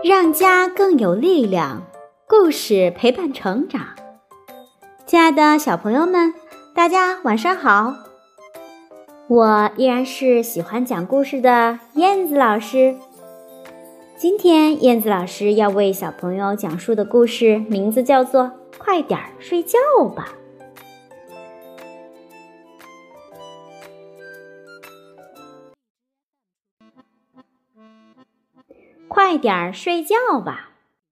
让家更有力量，故事陪伴成长。亲爱的小朋友们，大家晚上好，我依然是喜欢讲故事的燕子老师。今天燕子老师要为小朋友讲述的故事名字叫做快点睡觉吧。快点睡觉吧。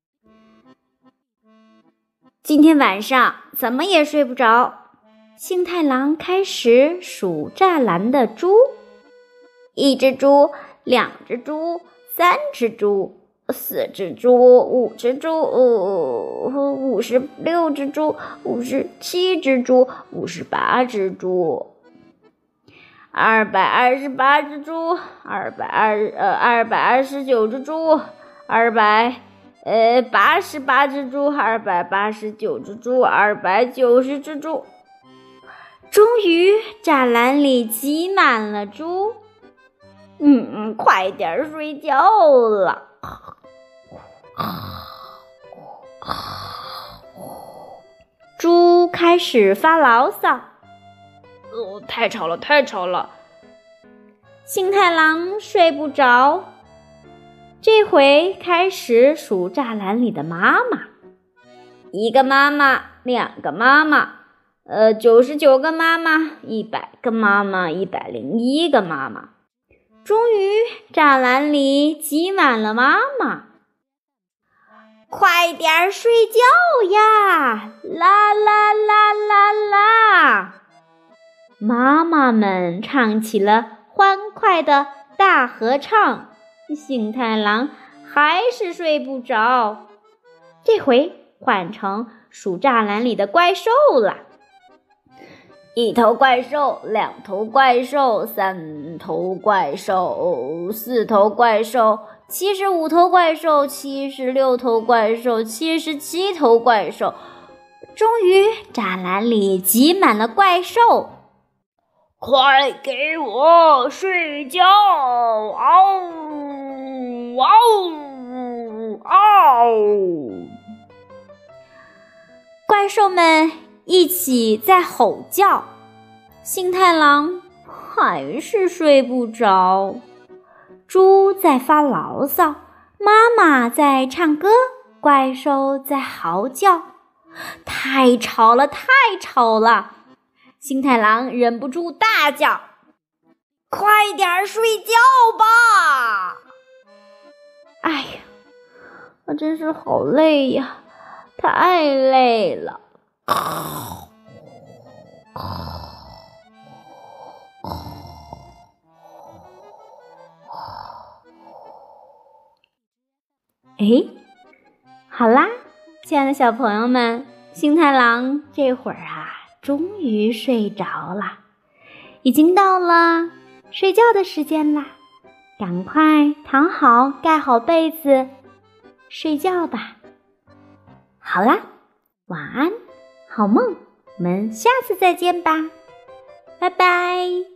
今天晚上怎么也睡不着，星太郎开始数栅栏的猪。一只猪，两只猪，三只猪，四只猪，五只猪，56只猪，57只猪，58只猪，228只猪，229只猪，288只猪，289只猪，290只猪。终于栅栏里挤满了猪。快点睡觉了。猪开始发牢骚。太吵了，太吵了。星太郎睡不着，这回开始数栅栏里的妈妈。一个妈妈，两个妈妈，99个妈妈，100个妈妈，101个妈妈。终于栅栏里挤满了妈妈。快点睡觉呀！啦啦啦啦啦！妈妈们唱起了欢快的大合唱。星太郎还是睡不着，这回换成数栅栏里的怪兽了。1头怪兽，2头怪兽，3头怪兽，4头怪兽，75头怪兽，76头怪兽，77头怪兽。终于栅栏里挤满了怪兽。快给我睡觉！嗷嗷嗷！怪兽们一起在吼叫。星太郎还是睡不着。猪在发牢骚，妈妈在唱歌，怪兽在嚎叫。太吵了，太吵了！星太郎忍不住大叫：快点睡觉吧！哎呀，我真是好累呀，太累了。好啦，亲爱的小朋友们，星太郎这会儿终于睡着了，已经到了睡觉的时间啦，赶快躺好，盖好被子，睡觉吧。好啦，晚安，好梦，我们下次再见吧，拜拜。